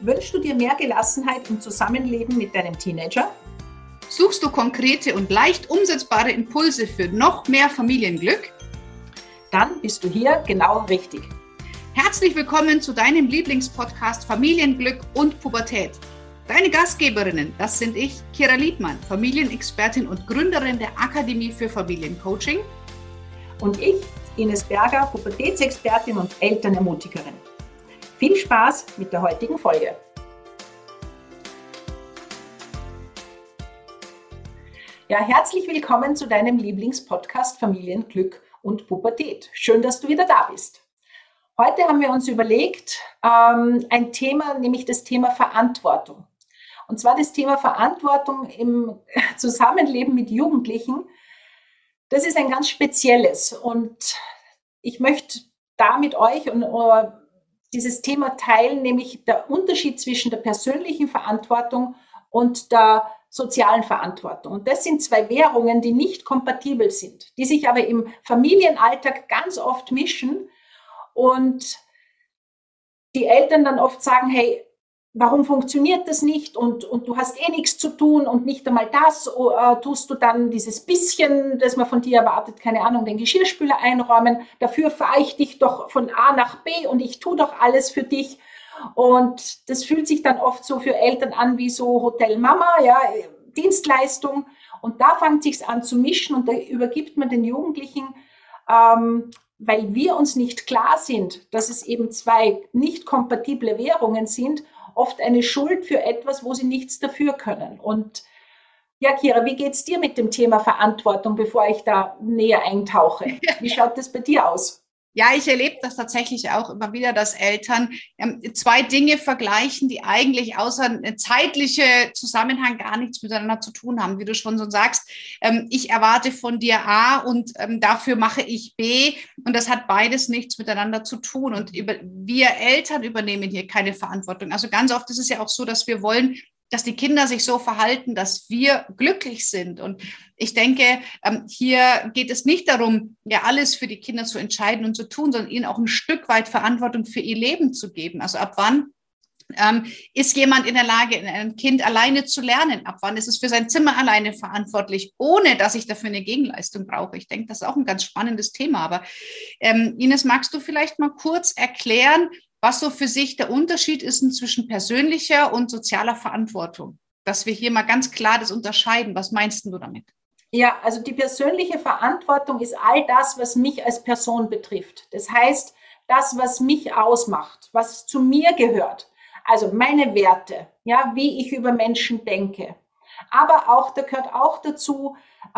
Wünschst du dir mehr Gelassenheit im Zusammenleben mit deinem Teenager? Suchst du konkrete und leicht umsetzbare Impulse für noch mehr Familienglück? Dann bist du hier genau richtig. Herzlich willkommen zu deinem Lieblingspodcast Familienglück und Pubertät. Deine Gastgeberinnen, das sind ich, Kira Liebmann, Familienexpertin und Gründerin der Akademie für Familiencoaching. Und ich, Ines Berger, Pubertätsexpertin und Elternermutigerin. Viel Spaß mit der heutigen Folge. Ja, herzlich willkommen zu deinem Lieblingspodcast Familienglück und Pubertät. Schön, dass du wieder da bist. Heute haben wir uns überlegt, ein Thema, nämlich das Thema Verantwortung. Und zwar das Thema Verantwortung im Zusammenleben mit Jugendlichen. Das ist ein ganz spezielles und ich möchte da mit euch dieses Thema teilen, nämlich der Unterschied zwischen der persönlichen Verantwortung und der sozialen Verantwortung. Und das sind zwei Währungen, die nicht kompatibel sind, die sich aber im Familienalltag ganz oft mischen und die Eltern dann oft sagen, hey, warum funktioniert das nicht und du hast eh nichts zu tun und nicht einmal das, tust du dann dieses bisschen, das man von dir erwartet, keine Ahnung, den Geschirrspüler einräumen, dafür fahre ich dich doch von A nach B und ich tue doch alles für dich. Und das fühlt sich dann oft so für Eltern an wie so Hotel Mama, ja, Dienstleistung. Und da fängt sich's an zu mischen und da übergibt man den Jugendlichen, weil wir uns nicht klar sind, dass es eben zwei nicht kompatible Währungen sind, oft eine Schuld für etwas, wo sie nichts dafür können. Und ja, Kira, wie geht's dir mit dem Thema Verantwortung, bevor ich da näher eintauche? Wie schaut das bei dir aus? Ja, ich erlebe das tatsächlich auch immer wieder, dass Eltern zwei Dinge vergleichen, die eigentlich außer einem zeitlichen Zusammenhang gar nichts miteinander zu tun haben. Wie du schon so sagst, ich erwarte von dir A und dafür mache ich B und das hat beides nichts miteinander zu tun. Und wir Eltern übernehmen hier keine Verantwortung. Also ganz oft ist es ja auch so, dass wir wollen, dass die Kinder sich so verhalten, dass wir glücklich sind. Und ich denke, hier geht es nicht darum, ja alles für die Kinder zu entscheiden und zu tun, sondern ihnen auch ein Stück weit Verantwortung für ihr Leben zu geben. Also ab wann ist jemand in der Lage, ein Kind alleine zu lernen? Ab wann ist es für sein Zimmer alleine verantwortlich, ohne dass ich dafür eine Gegenleistung brauche? Ich denke, das ist auch ein ganz spannendes Thema. Aber Ines, magst du vielleicht mal kurz erklären, was so für sich der Unterschied ist zwischen persönlicher und sozialer Verantwortung? Dass wir hier mal ganz klar das unterscheiden. Was meinst du damit? Ja, also die persönliche Verantwortung ist all das, was mich als Person betrifft. Das heißt, das, was mich ausmacht, was zu mir gehört. Also meine Werte, ja, wie ich über Menschen denke. Aber auch, da gehört auch dazu,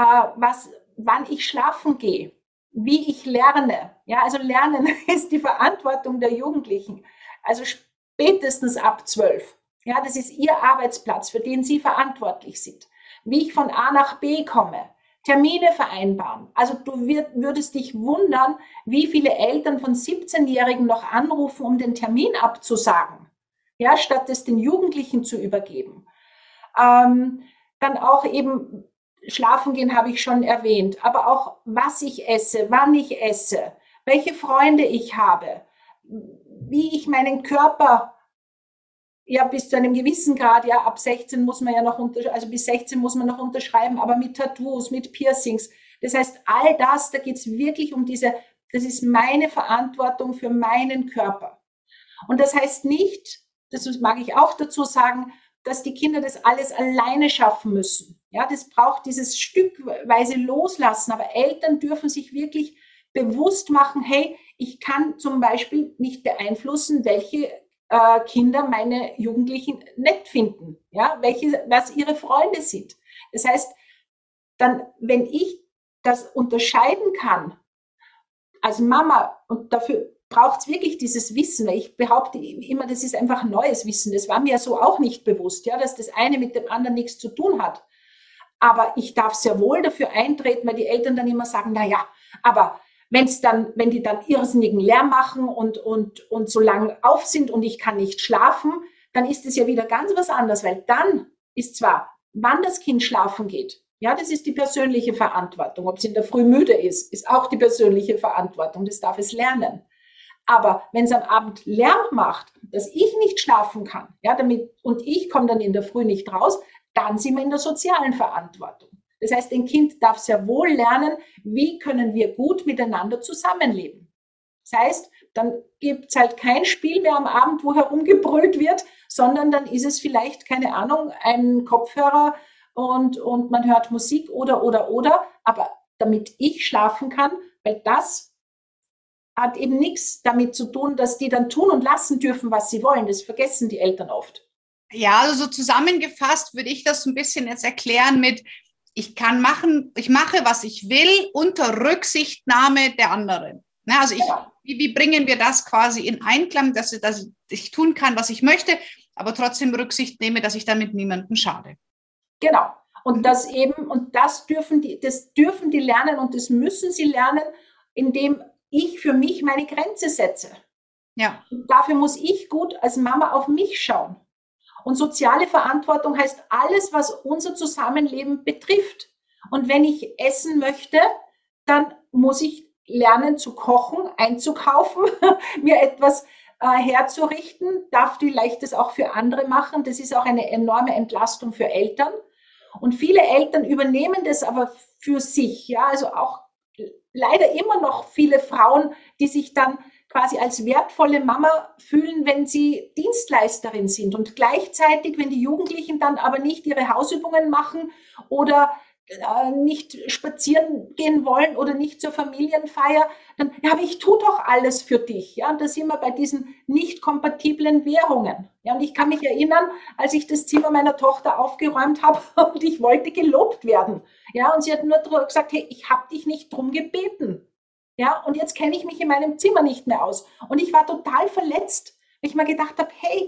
wann ich schlafen gehe, wie ich lerne. Ja, also Lernen ist die Verantwortung der Jugendlichen. Also spätestens ab 12. Ja, das ist ihr Arbeitsplatz, für den sie verantwortlich sind. Wie ich von A nach B komme, Termine vereinbaren. Also du würdest dich wundern, wie viele Eltern von 17-Jährigen noch anrufen, um den Termin abzusagen, ja, statt es den Jugendlichen zu übergeben. Dann auch eben Schlafen gehen habe ich schon erwähnt, aber auch was ich esse, wann ich esse, welche Freunde ich habe, wie ich meinen Körper, ja, bis zu einem gewissen Grad, ja, ab 16 muss man ja noch also bis 16 muss man noch unterschreiben, aber mit Tattoos, mit Piercings. Das heißt, all das, da geht es wirklich um das ist meine Verantwortung für meinen Körper. Und das heißt nicht, das mag ich auch dazu sagen, dass die Kinder das alles alleine schaffen müssen. Ja, das braucht dieses stückweise Loslassen. Aber Eltern dürfen sich wirklich bewusst machen, hey, ich kann zum Beispiel nicht beeinflussen, welche Kinder meine Jugendlichen nett finden, ja, was ihre Freunde sind. Das heißt, dann, wenn ich das unterscheiden kann als Mama, und dafür braucht es wirklich dieses Wissen, weil ich behaupte immer, das ist einfach neues Wissen. Das war mir so auch nicht bewusst, ja, dass das eine mit dem anderen nichts zu tun hat. Aber ich darf sehr wohl dafür eintreten, weil die Eltern dann immer sagen, na ja, aber wenn die dann irrsinnigen Lärm machen und so lang auf sind und ich kann nicht schlafen, dann ist es ja wieder ganz was anderes, weil dann ist zwar, wann das Kind schlafen geht, ja, das ist die persönliche Verantwortung. Ob es in der Früh müde ist auch die persönliche Verantwortung, das darf es lernen. Aber wenn es am Abend Lärm macht, dass ich nicht schlafen kann, ja, und ich komme dann in der Früh nicht raus, dann sind wir in der sozialen Verantwortung. Das heißt, ein Kind darf sehr wohl lernen, wie können wir gut miteinander zusammenleben. Das heißt, dann gibt es halt kein Spiel mehr am Abend, wo herumgebrüllt wird, sondern dann ist es vielleicht, keine Ahnung, ein Kopfhörer und man hört Musik oder. Aber damit ich schlafen kann, weil das hat eben nichts damit zu tun, dass die dann tun und lassen dürfen, was sie wollen. Das vergessen die Eltern oft. Ja, also so zusammengefasst würde ich das so ein bisschen jetzt erklären mit, ich mache, was ich will, unter Rücksichtnahme der anderen. Ne, also wie bringen wir das quasi in Einklang, dass ich tun kann, was ich möchte, aber trotzdem Rücksicht nehme, dass ich damit niemandem schade. Genau. Und das dürfen die lernen und das müssen sie lernen, indem ich für mich meine Grenze setze. Ja. Und dafür muss ich gut als Mama auf mich schauen. Und soziale Verantwortung heißt alles, was unser Zusammenleben betrifft. Und wenn ich essen möchte, dann muss ich lernen zu kochen, einzukaufen, mir etwas herzurichten, darf vielleicht das auch für andere machen. Das ist auch eine enorme Entlastung für Eltern. Und viele Eltern übernehmen das aber für sich. Ja, also auch leider immer noch viele Frauen, die sich dann quasi als wertvolle Mama fühlen, wenn sie Dienstleisterin sind. Und gleichzeitig, wenn die Jugendlichen dann aber nicht ihre Hausübungen machen oder nicht spazieren gehen wollen oder nicht zur Familienfeier, dann, ja, aber ich tue doch alles für dich. Ja, und da sind wir bei diesen nicht kompatiblen Währungen. Ja, und ich kann mich erinnern, als ich das Zimmer meiner Tochter aufgeräumt habe und ich wollte gelobt werden. Ja, und sie hat nur gesagt, hey, ich habe dich nicht drum gebeten. Ja, und jetzt kenne ich mich in meinem Zimmer nicht mehr aus. Und ich war total verletzt, weil ich mir gedacht habe, hey,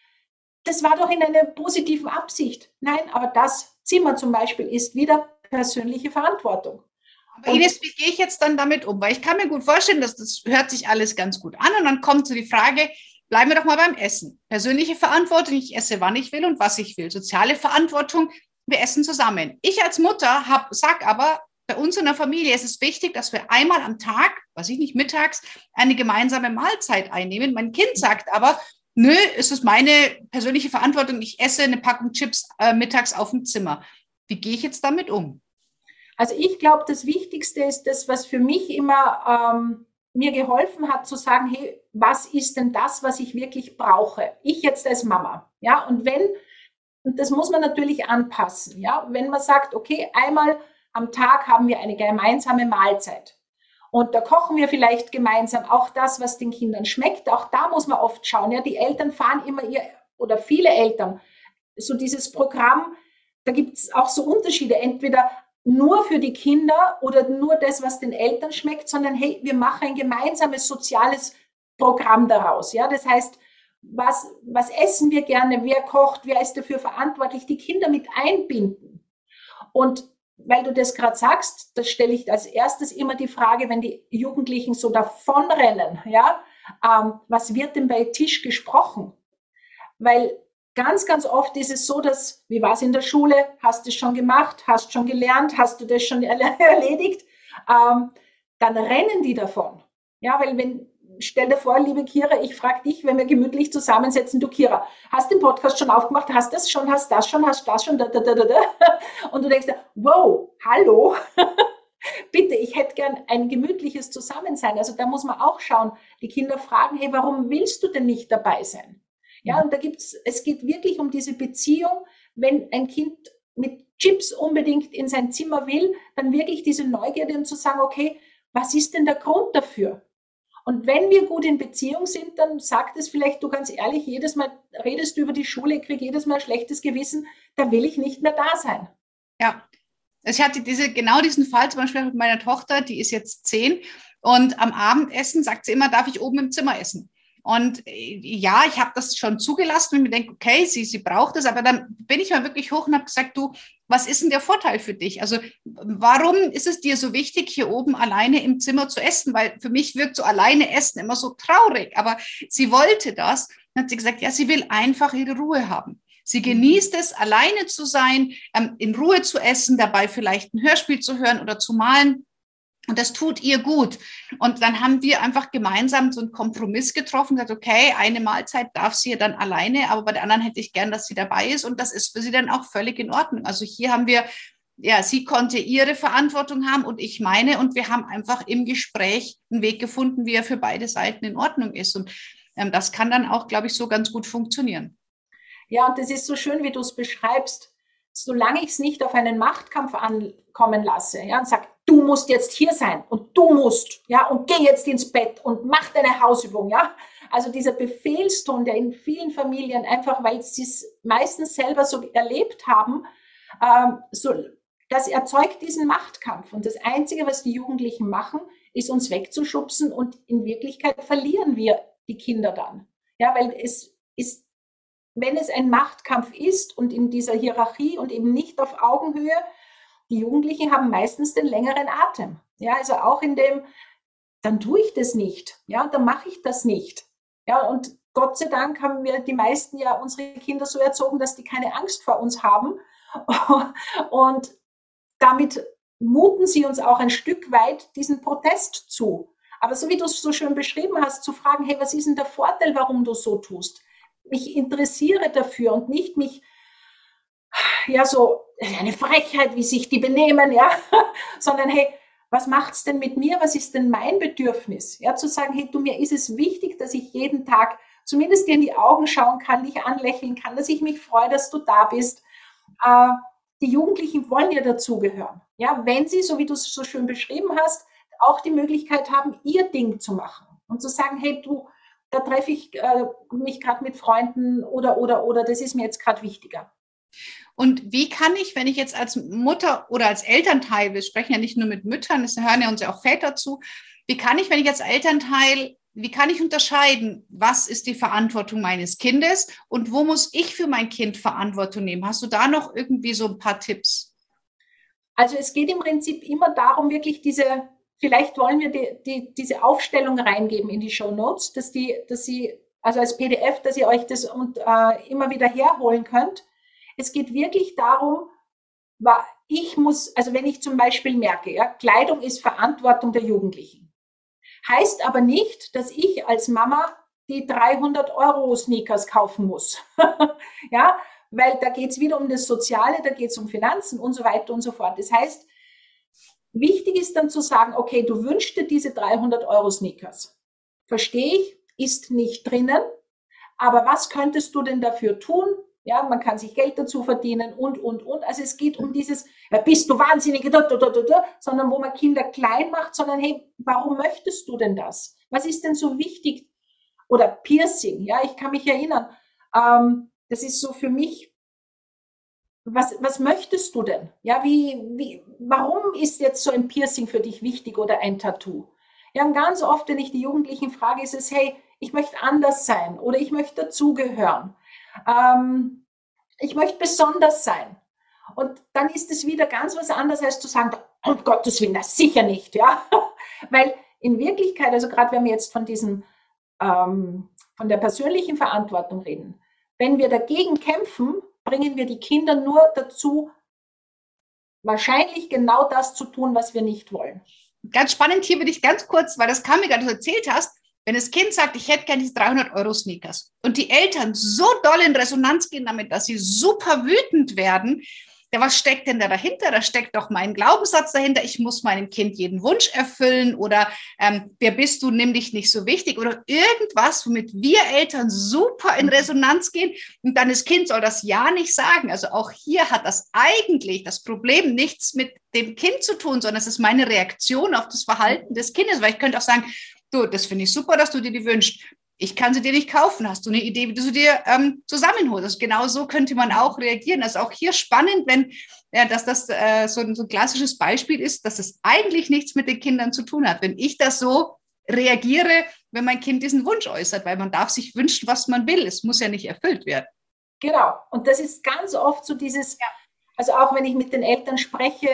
das war doch in einer positiven Absicht. Nein, aber das Zimmer zum Beispiel ist wieder persönliche Verantwortung. Aber Ines, wie gehe ich jetzt dann damit um? Weil ich kann mir gut vorstellen, dass das hört sich alles ganz gut an. Und dann kommt so die Frage, bleiben wir doch mal beim Essen. Persönliche Verantwortung, ich esse, wann ich will und was ich will. Soziale Verantwortung, wir essen zusammen. Ich als Mutter sage aber, bei uns in der Familie ist es wichtig, dass wir einmal am Tag, weiß ich nicht, mittags, eine gemeinsame Mahlzeit einnehmen. Mein Kind sagt aber, nö, es ist meine persönliche Verantwortung, ich esse eine Packung Chips mittags auf dem Zimmer. Wie gehe ich jetzt damit um? Also ich glaube, das Wichtigste ist das, was für mich immer mir geholfen hat, zu sagen, hey, was ist denn das, was ich wirklich brauche? Ich jetzt als Mama. Ja, und das muss man natürlich anpassen. Ja, wenn man sagt, okay, einmal am Tag haben wir eine gemeinsame Mahlzeit. Und da kochen wir vielleicht gemeinsam auch das, was den Kindern schmeckt. Auch da muss man oft schauen. Ja, die Eltern fahren immer oder viele Eltern, so dieses Programm, da gibt es auch so Unterschiede. Entweder nur für die Kinder oder nur das, was den Eltern schmeckt, sondern hey, wir machen ein gemeinsames soziales Programm daraus. Ja, das heißt, was essen wir gerne, wer kocht, wer ist dafür verantwortlich, die Kinder mit einbinden. Und weil du das gerade sagst, das stelle ich als erstes immer die Frage, wenn die Jugendlichen so davonrennen, ja, was wird denn bei Tisch gesprochen? Weil ganz, ganz oft ist es so, dass, wie war es in der Schule, hast du es schon gemacht, hast schon gelernt, hast du das schon erledigt, dann rennen die davon. Ja, weil stell dir vor, liebe Kira, ich frage dich, wenn wir gemütlich zusammensetzen, du Kira, hast den Podcast schon aufgemacht, hast das schon, hast das schon, hast das schon, und du denkst dir, wow, hallo, bitte, ich hätte gern ein gemütliches Zusammensein. Also da muss man auch schauen, die Kinder fragen, hey, warum willst du denn nicht dabei sein? Ja, und es geht wirklich um diese Beziehung, wenn ein Kind mit Chips unbedingt in sein Zimmer will, dann wirklich diese Neugierde und zu sagen, okay, was ist denn der Grund dafür? Und wenn wir gut in Beziehung sind, dann sagt es vielleicht, du ganz ehrlich, jedes Mal redest du über die Schule, ich kriege jedes Mal ein schlechtes Gewissen, da will ich nicht mehr da sein. Ja, ich hatte genau diesen Fall zum Beispiel mit meiner Tochter, die ist jetzt 10 und am Abendessen sagt sie immer, darf ich oben im Zimmer essen? Und ja, ich habe das schon zugelassen und mir denke, okay, sie braucht es, aber dann bin ich mal wirklich hoch und habe gesagt, du, was ist denn der Vorteil für dich? Also warum ist es dir so wichtig, hier oben alleine im Zimmer zu essen? Weil für mich wirkt so alleine Essen immer so traurig, aber sie wollte das. Dann hat sie gesagt, ja, sie will einfach ihre Ruhe haben. Sie genießt es, alleine zu sein, in Ruhe zu essen, dabei vielleicht ein Hörspiel zu hören oder zu malen. Und das tut ihr gut. Und dann haben wir einfach gemeinsam so einen Kompromiss getroffen, gesagt, okay, eine Mahlzeit darf sie ja dann alleine, aber bei der anderen hätte ich gern, dass sie dabei ist. Und das ist für sie dann auch völlig in Ordnung. Also hier haben wir, ja, sie konnte ihre Verantwortung haben und ich meine. Und wir haben einfach im Gespräch einen Weg gefunden, wie er für beide Seiten in Ordnung ist. Und das kann dann auch, glaube ich, so ganz gut funktionieren. Ja, und das ist so schön, wie du es beschreibst. Solange ich es nicht auf einen Machtkampf ankommen lasse, ja, und sage, du musst jetzt hier sein und du musst, ja, und geh jetzt ins Bett und mach deine Hausübung, ja. Also dieser Befehlston, der in vielen Familien einfach, weil sie es meistens selber so erlebt haben, so, das erzeugt diesen Machtkampf. Und das Einzige, was die Jugendlichen machen, ist uns wegzuschubsen und in Wirklichkeit verlieren wir die Kinder dann. Ja, weil es ist, wenn es ein Machtkampf ist und in dieser Hierarchie und eben nicht auf Augenhöhe, die Jugendlichen haben meistens den längeren Atem. Ja, also auch in dem, dann tue ich das nicht. Ja, dann mache ich das nicht. Ja, und Gott sei Dank haben wir die meisten ja unsere Kinder so erzogen, dass die keine Angst vor uns haben. Und damit muten sie uns auch ein Stück weit diesen Protest zu. Aber so wie du es so schön beschrieben hast, zu fragen, hey, was ist denn der Vorteil, warum du so tust? Mich interessiere dafür und nicht mich, ja, so eine Frechheit, wie sich die benehmen, ja, sondern hey, was macht's denn mit mir? Was ist denn mein Bedürfnis? Ja, zu sagen, hey, du, mir ist es wichtig, dass ich jeden Tag zumindest dir in die Augen schauen kann, dich anlächeln kann, dass ich mich freue, dass du da bist. Die Jugendlichen wollen ja dazugehören. Ja, wenn sie, so wie du es so schön beschrieben hast, auch die Möglichkeit haben, ihr Ding zu machen und zu sagen, hey, du, da treffe ich mich gerade mit Freunden oder das ist mir jetzt gerade wichtiger. Und wie kann ich, wenn ich jetzt als Mutter oder als Elternteil, wir sprechen ja nicht nur mit Müttern, es hören ja uns ja auch Väter zu, wie kann ich, wenn ich als Elternteil, wie kann ich unterscheiden, was ist die Verantwortung meines Kindes und wo muss ich für mein Kind Verantwortung nehmen? Hast du da noch irgendwie so ein paar Tipps? Also es geht im Prinzip immer darum, wirklich diese, vielleicht wollen wir diese Aufstellung reingeben in die Shownotes, dass sie, also als PDF, dass ihr euch das immer wieder herholen könnt. Es geht wirklich darum, ich muss, also wenn ich zum Beispiel merke, ja, Kleidung ist Verantwortung der Jugendlichen. Heißt aber nicht, dass ich als Mama die 300 € Sneakers kaufen muss. Ja, weil da geht es wieder um das Soziale, da geht es um Finanzen und so weiter und so fort. Das heißt, wichtig ist dann zu sagen, okay, du wünschst dir diese 300 € Sneakers. Verstehe ich, ist nicht drinnen, aber was könntest du denn dafür tun? Ja, man kann sich Geld dazu verdienen und. Also es geht um dieses, bist du wahnsinnig, sondern wo man Kinder klein macht, sondern hey, warum möchtest du denn das? Was ist denn so wichtig? Oder Piercing, ja, ich kann mich erinnern, das ist so für mich, was möchtest du denn? Ja, warum ist jetzt so ein Piercing für dich wichtig oder ein Tattoo? Ja, und ganz oft, wenn ich die Jugendlichen frage, ist es, hey, ich möchte anders sein oder ich möchte dazugehören. Ich möchte besonders sein. Und dann ist es wieder ganz was anderes, als zu sagen, um Gottes Willen, das sicher nicht, ja. Weil in Wirklichkeit, also gerade wenn wir jetzt von von der persönlichen Verantwortung reden, wenn wir dagegen kämpfen, bringen wir die Kinder nur dazu, wahrscheinlich genau das zu tun, was wir nicht wollen. Ganz spannend, hier will ich ganz kurz, weil das kam mir gerade, du erzählt hast, wenn das Kind sagt, ich hätte gerne diese 300 € Sneakers und die Eltern so doll in Resonanz gehen damit, dass sie super wütend werden, ja, was steckt denn da dahinter? Da steckt doch mein Glaubenssatz dahinter, ich muss meinem Kind jeden Wunsch erfüllen oder wer bist du, nimm dich nicht so wichtig oder irgendwas, womit wir Eltern super in Resonanz gehen und dann das Kind soll das ja nicht sagen. Also auch hier hat das eigentlich das Problem nichts mit dem Kind zu tun, sondern es ist meine Reaktion auf das Verhalten des Kindes, weil ich könnte auch sagen, du, das finde ich super, dass du dir die wünschst. Ich kann sie dir nicht kaufen. Hast du eine Idee, wie du sie dir zusammenholst? Also genau so könnte man auch reagieren. Das ist auch hier spannend, dass das so ein klassisches Beispiel ist, dass es eigentlich nichts mit den Kindern zu tun hat. Wenn ich das so reagiere, wenn mein Kind diesen Wunsch äußert, weil man darf sich wünschen, was man will. Es muss ja nicht erfüllt werden. Genau. Und das ist ganz oft so dieses, also auch wenn ich mit den Eltern spreche,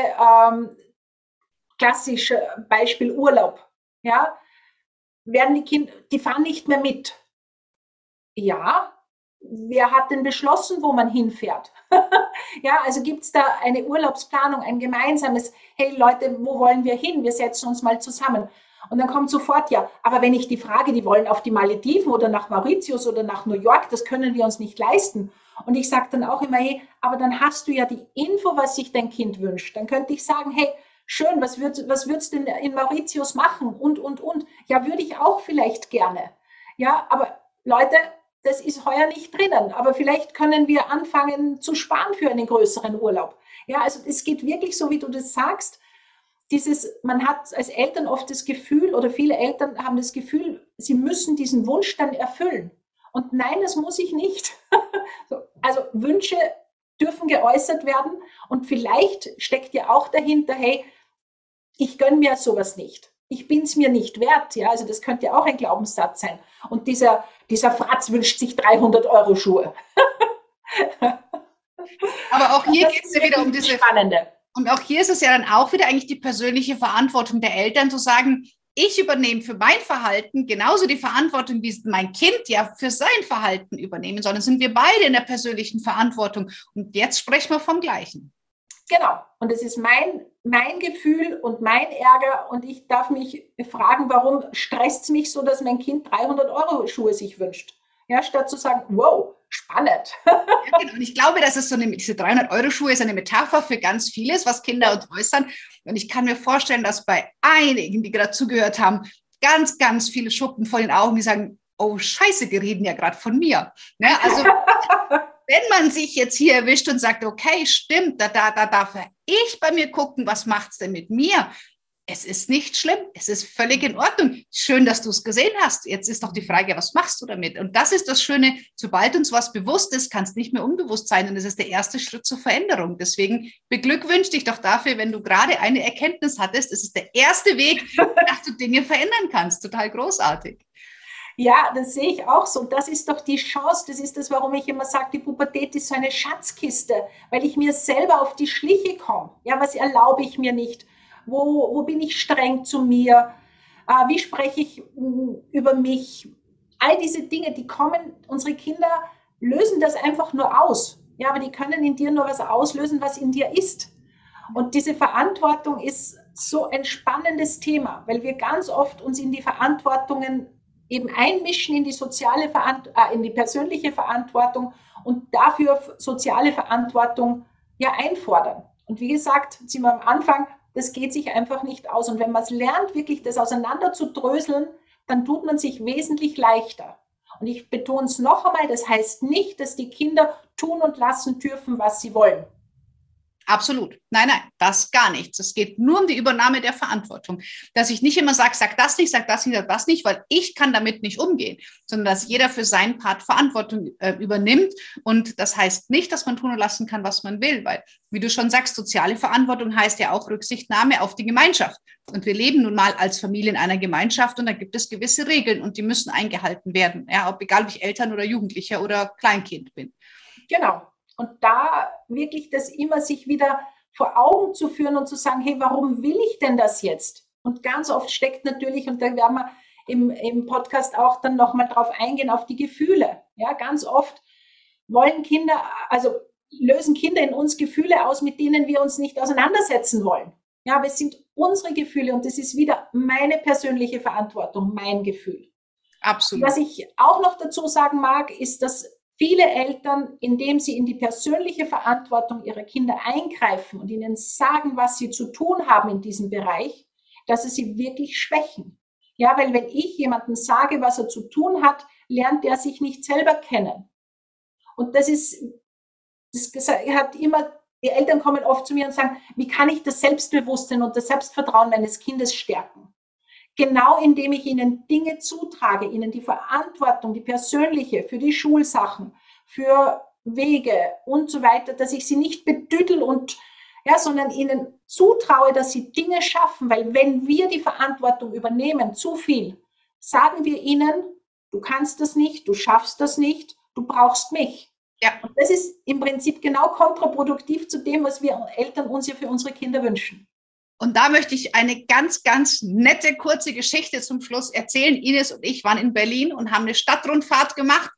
klassisch Beispiel Urlaub, ja, werden die Kinder, die fahren nicht mehr mit. Ja, wer hat denn beschlossen, wo man hinfährt? Ja, also gibt es da eine Urlaubsplanung, ein gemeinsames, hey Leute, wo wollen wir hin? Wir setzen uns mal zusammen. Und dann kommt sofort, ja, aber wenn ich die Frage, die wollen auf die Malediven oder nach Mauritius oder nach New York, das können wir uns nicht leisten. Und ich sage dann auch immer, hey, aber dann hast du ja die Info, was sich dein Kind wünscht. Dann könnte ich sagen, hey, schön, was würdest du denn in Mauritius machen? Und. Ja, würde ich auch vielleicht gerne. Ja, aber Leute, das ist heuer nicht drinnen. Aber vielleicht können wir anfangen zu sparen für einen größeren Urlaub. Ja, also es geht wirklich so, wie du das sagst. Man hat als Eltern oft das Gefühl, oder viele Eltern haben das Gefühl, sie müssen diesen Wunsch dann erfüllen. Und nein, das muss ich nicht. Also Wünsche dürfen geäußert werden und vielleicht steckt ja auch dahinter, hey, ich gönne mir sowas nicht. Ich bin es mir nicht wert. Ja, also das könnte ja auch ein Glaubenssatz sein. Und dieser Fratz wünscht sich 300 € Schuhe. Aber auch hier geht es ja wieder um diese Spannende. Und auch hier ist es ja dann auch wieder eigentlich die persönliche Verantwortung der Eltern zu sagen, ich übernehme für mein Verhalten genauso die Verantwortung, wie mein Kind ja für sein Verhalten übernehmen soll. Dann sind wir beide in der persönlichen Verantwortung. Und jetzt sprechen wir vom Gleichen. Genau. Und es ist mein Gefühl und mein Ärger. Und ich darf mich fragen, warum stresst es mich so, dass mein Kind 300 € Schuhe sich wünscht? Ja, statt zu sagen, wow, spannend. Ja, genau. Und ich glaube, dass es diese 300-Euro-Schuhe ist eine Metapher für ganz vieles, was Kinder uns äußern. Und ich kann mir vorstellen, dass bei einigen, die gerade zugehört haben, ganz, ganz viele Schuppen vor den Augen, die sagen, oh Scheiße, die reden ja gerade von mir. Ne? Also wenn man sich jetzt hier erwischt und sagt, okay, stimmt, da darf ich bei mir gucken, was macht es denn mit mir? Es ist nicht schlimm, es ist völlig in Ordnung. Schön, dass du es gesehen hast. Jetzt ist doch die Frage, was machst du damit? Und das ist das Schöne, sobald uns was bewusst ist, kann es nicht mehr unbewusst sein. Und es ist der erste Schritt zur Veränderung. Deswegen beglückwünsche dich doch dafür, wenn du gerade eine Erkenntnis hattest. Es ist der erste Weg, dass du Dinge verändern kannst. Total großartig. Ja, das sehe ich auch so. Und das ist doch die Chance. Das ist das, warum ich immer sage, die Pubertät ist so eine Schatzkiste, weil ich mir selber auf die Schliche komme. Ja, was erlaube ich mir nicht? Wo bin ich streng zu mir? Wie spreche ich über mich? All diese Dinge, die kommen, unsere Kinder lösen das einfach nur aus. Ja, aber die können in dir nur was auslösen, was in dir ist. Und diese Verantwortung ist so ein spannendes Thema, weil wir ganz oft uns in die Verantwortungen eben einmischen, in die persönliche Verantwortung und dafür soziale Verantwortung ja einfordern. Und wie gesagt, sind wir am Anfang, das geht sich einfach nicht aus. Und wenn man es lernt, wirklich das auseinander zu dröseln, dann tut man sich wesentlich leichter. Und ich betone es noch einmal, das heißt nicht, dass die Kinder tun und lassen dürfen, was sie wollen. Absolut. Nein, das gar nichts. Es geht nur um die Übernahme der Verantwortung. Dass ich nicht immer sage, sag das nicht, sag das nicht, sag das nicht, weil ich kann damit nicht umgehen, sondern dass jeder für seinen Part Verantwortung übernimmt. Und das heißt nicht, dass man tun und lassen kann, was man will, weil, wie du schon sagst, soziale Verantwortung heißt ja auch Rücksichtnahme auf die Gemeinschaft. Und wir leben nun mal als Familie in einer Gemeinschaft und da gibt es gewisse Regeln und die müssen eingehalten werden. Ja, egal, ob ich Eltern oder Jugendlicher oder Kleinkind bin. Genau. Und da wirklich das immer sich wieder vor Augen zu führen und zu sagen, hey, warum will ich denn das jetzt? Und ganz oft steckt natürlich, und da werden wir im Podcast auch dann nochmal drauf eingehen, auf die Gefühle. Ja, ganz oft lösen Kinder in uns Gefühle aus, mit denen wir uns nicht auseinandersetzen wollen. Ja, aber es sind unsere Gefühle und das ist wieder meine persönliche Verantwortung, mein Gefühl. Absolut. Was ich auch noch dazu sagen mag, ist, dass viele Eltern, indem sie in die persönliche Verantwortung ihrer Kinder eingreifen und ihnen sagen, was sie zu tun haben in diesem Bereich, dass sie wirklich schwächen. Ja, weil wenn ich jemandem sage, was er zu tun hat, lernt er sich nicht selber kennen. Und das hat immer, die Eltern kommen oft zu mir und sagen, wie kann ich das Selbstbewusstsein und das Selbstvertrauen meines Kindes stärken? Genau indem ich ihnen Dinge zutrage, ihnen die Verantwortung, die persönliche, für die Schulsachen, für Wege und so weiter, dass ich sie nicht bedüdel sondern ihnen zutraue, dass sie Dinge schaffen, weil wenn wir die Verantwortung übernehmen, zu viel, sagen wir ihnen, du kannst das nicht, du schaffst das nicht, du brauchst mich. Ja. Und das ist im Prinzip genau kontraproduktiv zu dem, was wir Eltern uns ja für unsere Kinder wünschen. Und da möchte ich eine ganz, ganz nette, kurze Geschichte zum Schluss erzählen. Ines und ich waren in Berlin und haben eine Stadtrundfahrt gemacht.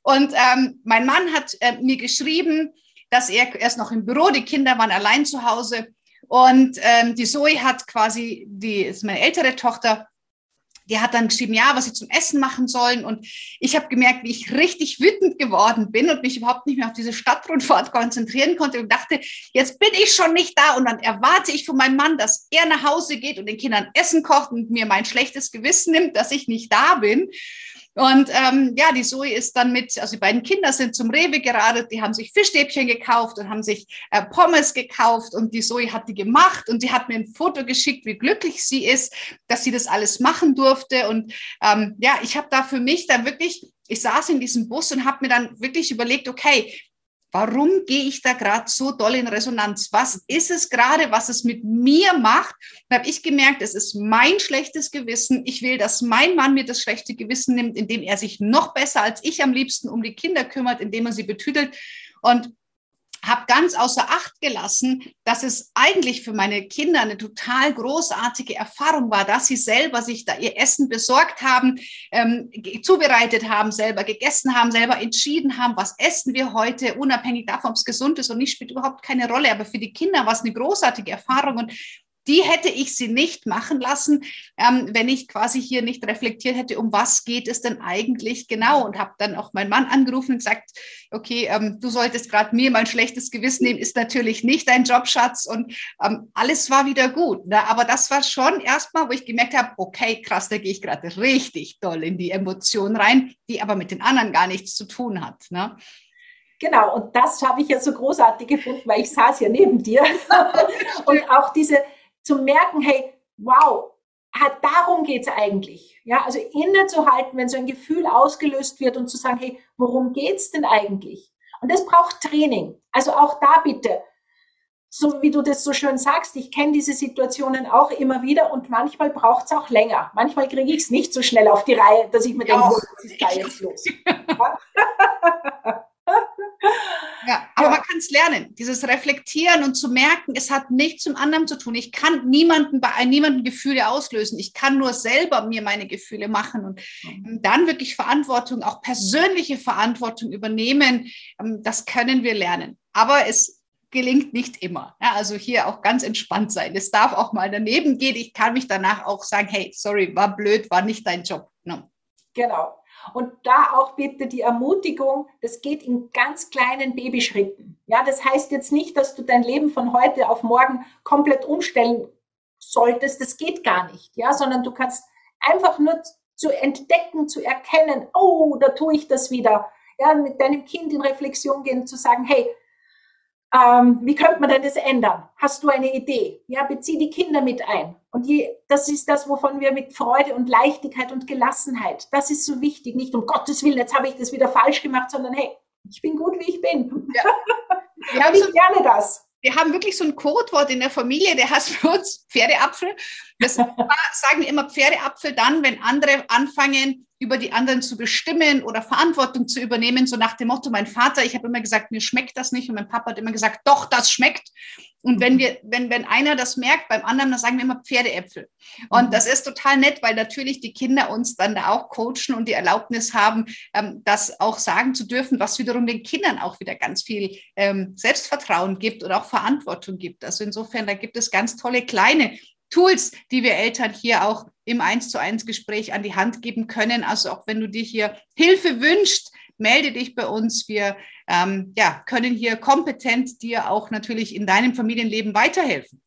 Und mein Mann hat mir geschrieben, dass er ist noch im Büro, die Kinder waren allein zu Hause. Und die Zoe hat quasi, die ist meine ältere Tochter, die hat dann geschrieben, ja, was sie zum Essen machen sollen. Und ich habe gemerkt, wie ich richtig wütend geworden bin und mich überhaupt nicht mehr auf diese Stadtrundfahrt konzentrieren konnte und dachte, jetzt bin ich schon nicht da. Und dann erwarte ich von meinem Mann, dass er nach Hause geht und den Kindern Essen kocht und mir mein schlechtes Gewissen nimmt, dass ich nicht da bin. Und ja, die Zoe ist dann also die beiden Kinder sind zum Rewe geradelt, die haben sich Fischstäbchen gekauft und haben sich Pommes gekauft und die Zoe hat die gemacht und sie hat mir ein Foto geschickt, wie glücklich sie ist, dass sie das alles machen durfte. Und ja, ich habe da für mich dann wirklich, ich saß in diesem Bus und habe mir dann wirklich überlegt, okay, warum gehe ich da gerade so doll in Resonanz? Was ist es gerade, was es mit mir macht? Da habe ich gemerkt, es ist mein schlechtes Gewissen. Ich will, dass mein Mann mir das schlechte Gewissen nimmt, indem er sich noch besser als ich am liebsten um die Kinder kümmert, indem er sie betütelt. Und habe ganz außer Acht gelassen, dass es eigentlich für meine Kinder eine total großartige Erfahrung war, dass sie selber sich da ihr Essen besorgt haben, zubereitet haben, selber gegessen haben, selber entschieden haben, was essen wir heute, unabhängig davon, ob es gesund ist und nicht, spielt überhaupt keine Rolle. Aber für die Kinder war es eine großartige Erfahrung und die hätte ich sie nicht machen lassen, wenn ich quasi hier nicht reflektiert hätte, um was geht es denn eigentlich genau. Und habe dann auch meinen Mann angerufen und gesagt, okay, du solltest gerade mir mein schlechtes Gewissen nehmen, ist natürlich nicht dein Job, Schatz. Und alles war wieder gut. Ne? Aber das war schon erstmal, wo ich gemerkt habe, okay, krass, da gehe ich gerade richtig doll in die Emotion rein, die aber mit den anderen gar nichts zu tun hat. Ne? Genau, und das habe ich ja so großartig gefunden, weil ich saß ja neben dir. Und auch zu merken, hey, wow, darum geht es eigentlich. Ja, also innezuhalten, wenn so ein Gefühl ausgelöst wird und zu sagen, hey, worum geht es denn eigentlich? Und das braucht Training. Also auch da bitte, so wie du das so schön sagst, ich kenne diese Situationen auch immer wieder und manchmal braucht es auch länger. Manchmal kriege ich es nicht so schnell auf die Reihe, dass ich mir denke, was ist da jetzt los? Ja? Ja, aber man kann es lernen, dieses Reflektieren und zu merken, es hat nichts zum anderen zu tun. Ich kann bei niemandem Gefühle auslösen. Ich kann nur selber mir meine Gefühle machen und dann wirklich Verantwortung, auch persönliche Verantwortung übernehmen. Das können wir lernen. Aber es gelingt nicht immer. Ja, also hier auch ganz entspannt sein. Es darf auch mal daneben gehen. Ich kann mich danach auch sagen, hey, sorry, war blöd, war nicht dein Job. No. Genau. Und da auch bitte die Ermutigung, das geht in ganz kleinen Babyschritten. Ja, das heißt jetzt nicht, dass du dein Leben von heute auf morgen komplett umstellen solltest. Das geht gar nicht. Ja, sondern du kannst einfach nur zu entdecken, zu erkennen, oh, da tue ich das wieder. Ja, mit deinem Kind in Reflexion gehen, zu sagen, hey, wie könnte man denn das ändern? Hast du eine Idee? Ja, bezieh die Kinder mit ein. Und das ist das, wovon wir mit Freude und Leichtigkeit und Gelassenheit, das ist so wichtig. Nicht um Gottes Willen, jetzt habe ich das wieder falsch gemacht, sondern hey, ich bin gut, wie ich bin. Ja. Und ich lerne das. Wir haben wirklich so ein Codewort in der Familie, der heißt für uns Pferdeapfel. Das sagen wir immer Pferdeapfel dann, wenn andere anfangen, über die anderen zu bestimmen oder Verantwortung zu übernehmen, so nach dem Motto, mein Vater, ich habe immer gesagt, mir schmeckt das nicht und mein Papa hat immer gesagt, doch, das schmeckt. Und wenn einer das merkt beim anderen, dann sagen wir immer Pferdeäpfel. Und das ist total nett, weil natürlich die Kinder uns dann da auch coachen und die Erlaubnis haben, das auch sagen zu dürfen, was wiederum den Kindern auch wieder ganz viel Selbstvertrauen gibt und auch Verantwortung gibt. Also insofern, da gibt es ganz tolle kleine Tools, die wir Eltern hier auch im 1:1 Gespräch an die Hand geben können. Also auch wenn du dir hier Hilfe wünschst, melde dich bei uns. Wir können hier kompetent dir auch natürlich in deinem Familienleben weiterhelfen.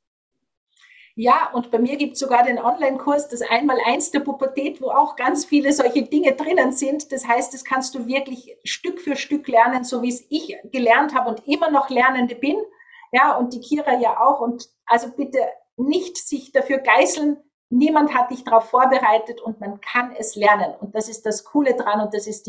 Ja, und bei mir gibt es sogar den Online-Kurs, das Einmaleins der Pubertät, wo auch ganz viele solche Dinge drinnen sind. Das heißt, das kannst du wirklich Stück für Stück lernen, so wie es ich gelernt habe und immer noch Lernende bin. Ja, und die Kira ja auch. Und also bitte nicht sich dafür geißeln. Niemand hat dich darauf vorbereitet und man kann es lernen. Und das ist das Coole dran und das ist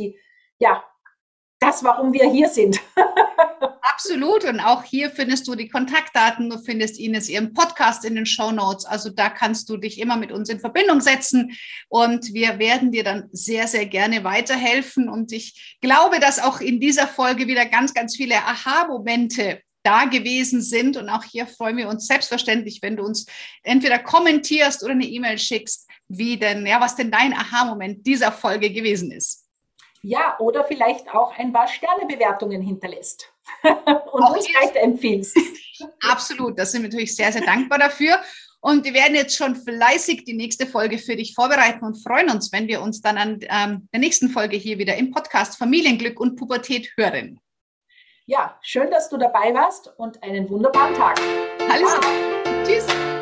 das, warum wir hier sind. Absolut. Und auch hier findest du die Kontaktdaten. Du findest Ines ihren Podcast in den Shownotes. Also da kannst du dich immer mit uns in Verbindung setzen und wir werden dir dann sehr, sehr gerne weiterhelfen. Und ich glaube, dass auch in dieser Folge wieder ganz, ganz viele Aha-Momente da gewesen sind. Und auch hier freuen wir uns selbstverständlich, wenn du uns entweder kommentierst oder eine E-Mail schickst, was denn dein Aha-Moment dieser Folge gewesen ist. Ja, oder vielleicht auch ein paar Sternebewertungen hinterlässt und uns weiterempfiehlst. Absolut, da sind wir natürlich sehr, sehr dankbar dafür. Und wir werden jetzt schon fleißig die nächste Folge für dich vorbereiten und freuen uns, wenn wir uns dann an der nächsten Folge hier wieder im Podcast Familienglück und Pubertät hören. Ja, schön, dass du dabei warst und einen wunderbaren Tag. Alles klar. Tschüss.